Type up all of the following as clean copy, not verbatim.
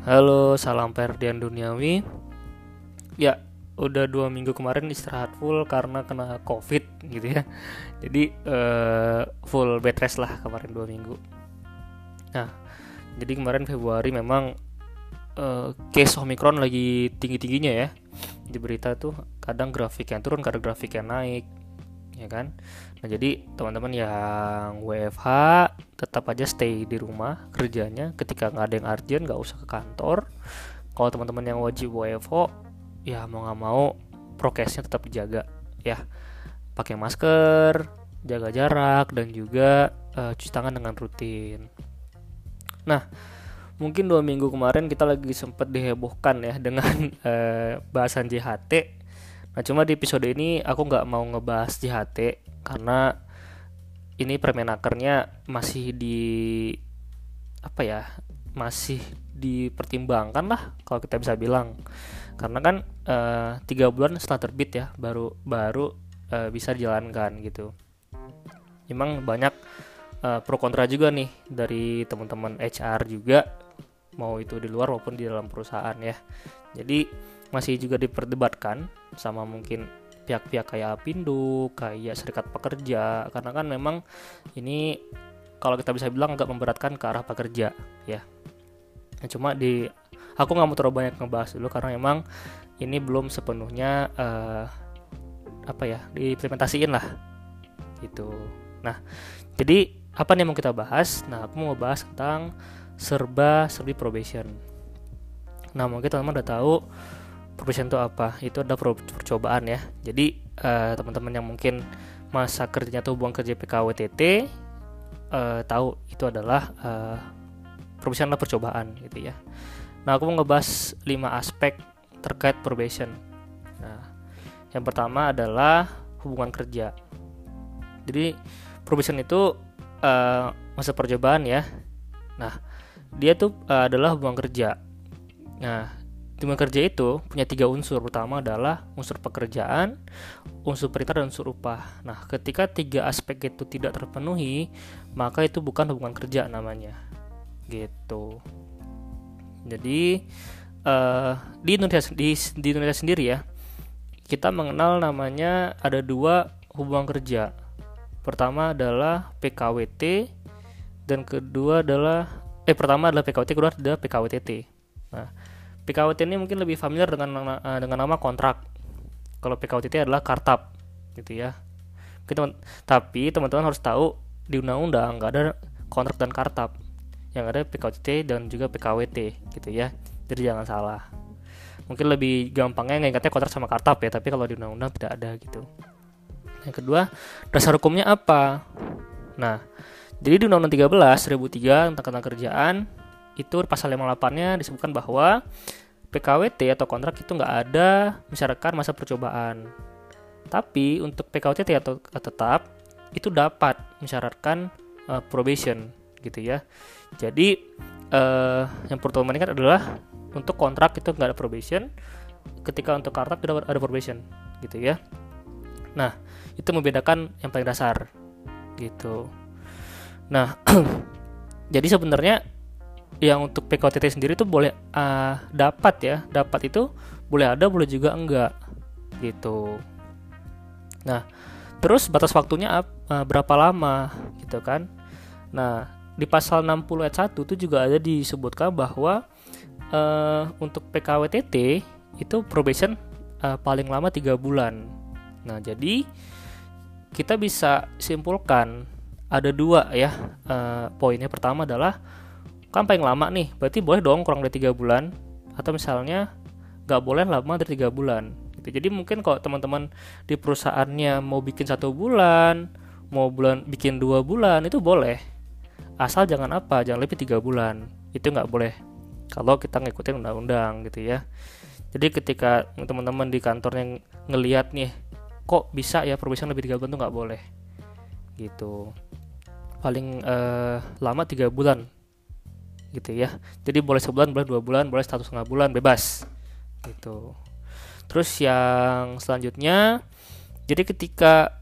Halo, salam Ferdian Duniawi. Ya, udah 2 minggu kemarin istirahat full karena kena COVID gitu ya. Jadi full bed rest lah kemarin 2 minggu. Nah, jadi kemarin Februari memang case Omicron lagi tinggi-tingginya ya. Di berita tuh kadang grafiknya turun, kadang grafiknya naik, ya kan. Nah, jadi teman-teman yang WFH tetap aja stay di rumah kerjanya. Ketika nggak ada yang urgent nggak usah ke kantor. Kalau teman-teman yang wajib WFO, ya mau nggak mau prokesnya tetap dijaga ya, pakai masker, jaga jarak, dan juga cuci tangan dengan rutin. Nah, mungkin 2 minggu kemarin kita lagi sempat dihebohkan ya dengan bahasan JHT. Nah, cuma di episode ini aku nggak mau ngebahas JHT karena ini Permenakernya masih masih dipertimbangkan lah kalau kita bisa bilang, karena kan 3 bulan setelah terbit ya baru bisa dijalankan gitu. Memang banyak pro kontra juga nih dari teman-teman HR juga, mau itu di luar maupun di dalam perusahaan ya. Jadi masih juga diperdebatkan sama mungkin pihak-pihak kayak Apindo, kayak serikat pekerja, karena kan memang ini kalau kita bisa bilang agak memberatkan ke arah pekerja ya. Nah, cuma aku nggak mau terlalu banyak ngebahas dulu karena memang ini belum sepenuhnya diimplementasiin lah gitu. Nah, jadi apa nih yang mau kita bahas? Nah, aku mau ngebahas tentang serba-serbi probation. Nah, mungkin teman-teman udah tahu probation itu apa? Itu ada percobaan ya. Jadi teman-teman yang mungkin masa kerjanya tuh hubungan kerja PKWTT tahu itu adalah probation adalah percobaan gitu ya. Nah, aku mau ngebahas 5 aspek terkait probation. Nah, yang pertama adalah hubungan kerja. Jadi probation itu masa percobaan ya. Nah, dia tuh adalah hubungan kerja. Nah, hubungan kerja itu punya 3 unsur. Pertama adalah unsur pekerjaan, unsur perintah, dan unsur upah. Nah, ketika 3 aspek itu tidak terpenuhi, maka itu bukan hubungan kerja namanya gitu. Jadi di Indonesia sendiri ya, kita mengenal namanya ada 2 hubungan kerja. Pertama adalah PKWT dan pertama adalah PKWT, kedua adalah PKWTT. Nah, PKWT ini mungkin lebih familiar dengan nama kontrak. Kalau PKWTT adalah kartap gitu ya. Tapi teman-teman harus tahu di undang-undang nggak ada kontrak dan kartap. Yang ada PKWTT dan juga PKWT gitu ya. Jadi jangan salah. Mungkin lebih gampangnya ngingatnya kontrak sama kartap ya, tapi kalau di undang-undang tidak ada gitu. Yang kedua, dasar hukumnya apa? Nah, jadi di Undang-Undang 13 tentang kerjaan itu pasal 58-nya disebutkan bahwa PKWT atau kontrak itu nggak ada mensyaratkan masa percobaan. Tapi untuk PKWT atau tetap itu dapat mensyaratkan probation gitu ya. Jadi yang pertama ini kan adalah untuk kontrak itu nggak ada probation, ketika untuk kartap tidak ada probation gitu ya. Nah, itu membedakan yang paling dasar gitu. Nah, jadi sebenarnya yang untuk PKWTT sendiri itu boleh dapat itu boleh ada, boleh juga enggak gitu. Nah, terus batas waktunya berapa lama gitu kan. Nah, di pasal 60 ayat 1 itu juga ada disebutkan bahwa untuk PKWTT itu probation paling lama 3 bulan. Nah, jadi kita bisa simpulkan ada 2 ya poinnya. Pertama adalah kan paling lama nih, berarti boleh dong kurang dari 3 bulan, atau misalnya nggak boleh lama dari 3 bulan gitu. Jadi mungkin kalau teman-teman di perusahaannya mau bikin 1 bulan, bikin 2 bulan itu boleh, asal jangan lebih 3 bulan. Itu nggak boleh kalau kita ngikutin undang-undang gitu ya. Jadi ketika teman-teman di kantornya ngelihat nih, kok bisa ya probation lebih 3 bulan, tuh nggak boleh gitu. Paling lama 3 bulan gitu ya. Jadi boleh sebulan, boleh 2 bulan, boleh 1,5 bulan, bebas gitu. Terus yang selanjutnya, jadi ketika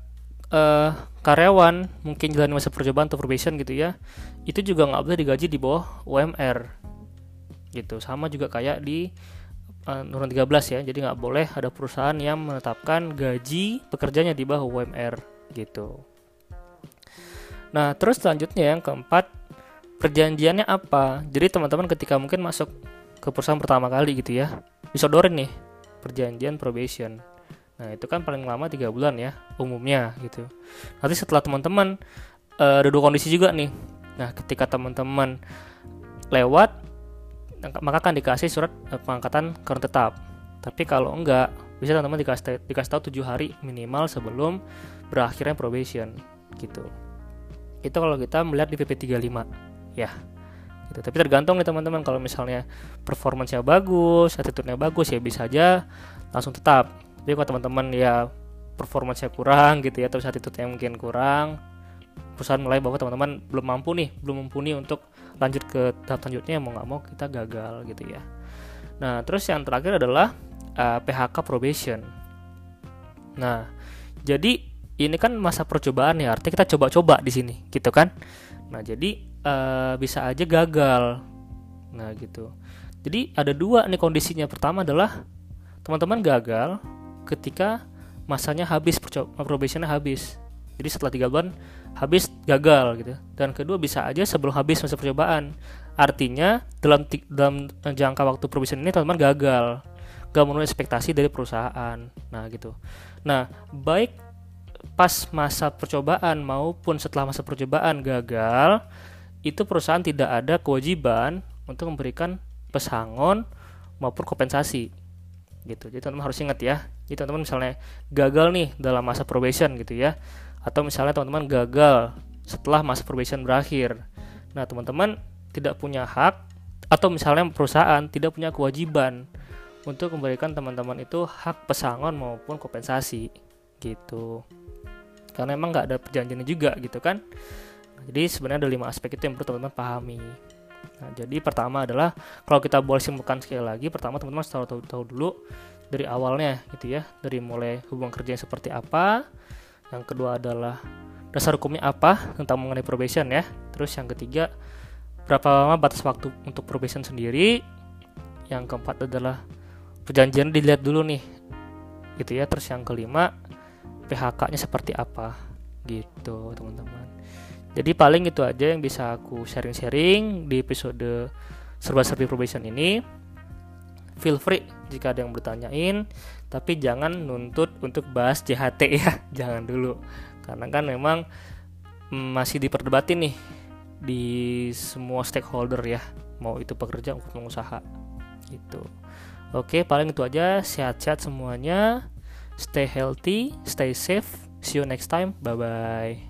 karyawan mungkin jalan masa percobaan atau probation gitu ya, itu juga nggak boleh digaji di bawah UMR gitu. Sama juga kayak di Undang 13 ya. Jadi nggak boleh ada perusahaan yang menetapkan gaji pekerjanya di bawah UMR gitu. Nah, terus selanjutnya yang keempat, perjanjiannya apa? Jadi teman-teman ketika mungkin masuk ke perusahaan pertama kali gitu ya, disodorin nih perjanjian probation. Nah, itu kan paling lama 3 bulan ya umumnya gitu. Nanti setelah teman-teman ada dua kondisi juga nih. Nah, ketika teman-teman lewat, maka akan dikasih surat pengangkatan karyawan tetap. Tapi kalau enggak, bisa teman-teman dikasih tahu 7 hari minimal sebelum berakhirnya probation gitu. Itu kalau kita melihat di PP 35 ya gitu. Tapi tergantung nih teman-teman, kalau misalnya performance-nya bagus, attitude-nya bagus, ya bisa aja langsung tetap. Tapi kalau teman-teman ya performance-nya kurang gitu ya, terus attitude-nya mungkin kurang, perusahaan mulai bahwa teman-teman belum mumpuni untuk lanjut ke tahap selanjutnya, mau nggak mau kita gagal gitu ya. Nah, terus yang terakhir adalah PHK probation. Nah, jadi ini kan masa percobaan ya, artinya kita coba-coba di sini gitu kan. Nah, jadi bisa aja gagal. Nah, gitu. Jadi ada dua nih kondisinya. Pertama adalah teman-teman gagal ketika masanya habis, probationnya habis. Jadi setelah 3 bulan habis, gagal gitu. Dan kedua bisa aja sebelum habis masa percobaan. Artinya dalam jangka waktu probation ini teman-teman gagal, gak memenuhi ekspektasi dari perusahaan. Nah gitu. Nah, baik pas masa percobaan maupun setelah masa percobaan gagal, itu perusahaan tidak ada kewajiban untuk memberikan pesangon maupun kompensasi gitu. Jadi teman-teman harus ingat ya. Jadi teman-teman misalnya gagal nih dalam masa probation gitu ya, atau misalnya teman-teman gagal setelah masa probation berakhir. Nah, teman-teman tidak punya hak, atau misalnya perusahaan tidak punya kewajiban untuk memberikan teman-teman itu hak pesangon maupun kompensasi gitu. Karena emang nggak ada perjanjiannya juga gitu kan. Jadi sebenarnya ada 5 aspek itu yang perlu teman-teman pahami. Nah, jadi pertama adalah, kalau kita boleh simpulkan sekali lagi, pertama teman-teman harus tahu dulu dari awalnya gitu ya, dari mulai hubungan kerja yang seperti apa. Yang kedua adalah dasar hukumnya apa tentang mengenai probation ya. Terus yang ketiga, berapa lama batas waktu untuk probation sendiri. Yang keempat adalah perjanjian dilihat dulu nih gitu ya. Terus yang kelima, PHK-nya seperti apa gitu teman-teman. Jadi paling itu aja yang bisa aku sharing-sharing di episode serba-serbi probation ini. Feel free jika ada yang bertanyain, tapi jangan nuntut untuk bahas JHT ya, jangan dulu. Karena kan memang masih diperdebatin nih di semua stakeholder ya, mau itu pekerja maupun pengusaha gitu. Oke, paling itu aja. Sehat-sehat semuanya, stay healthy, stay safe, see you next time, bye bye.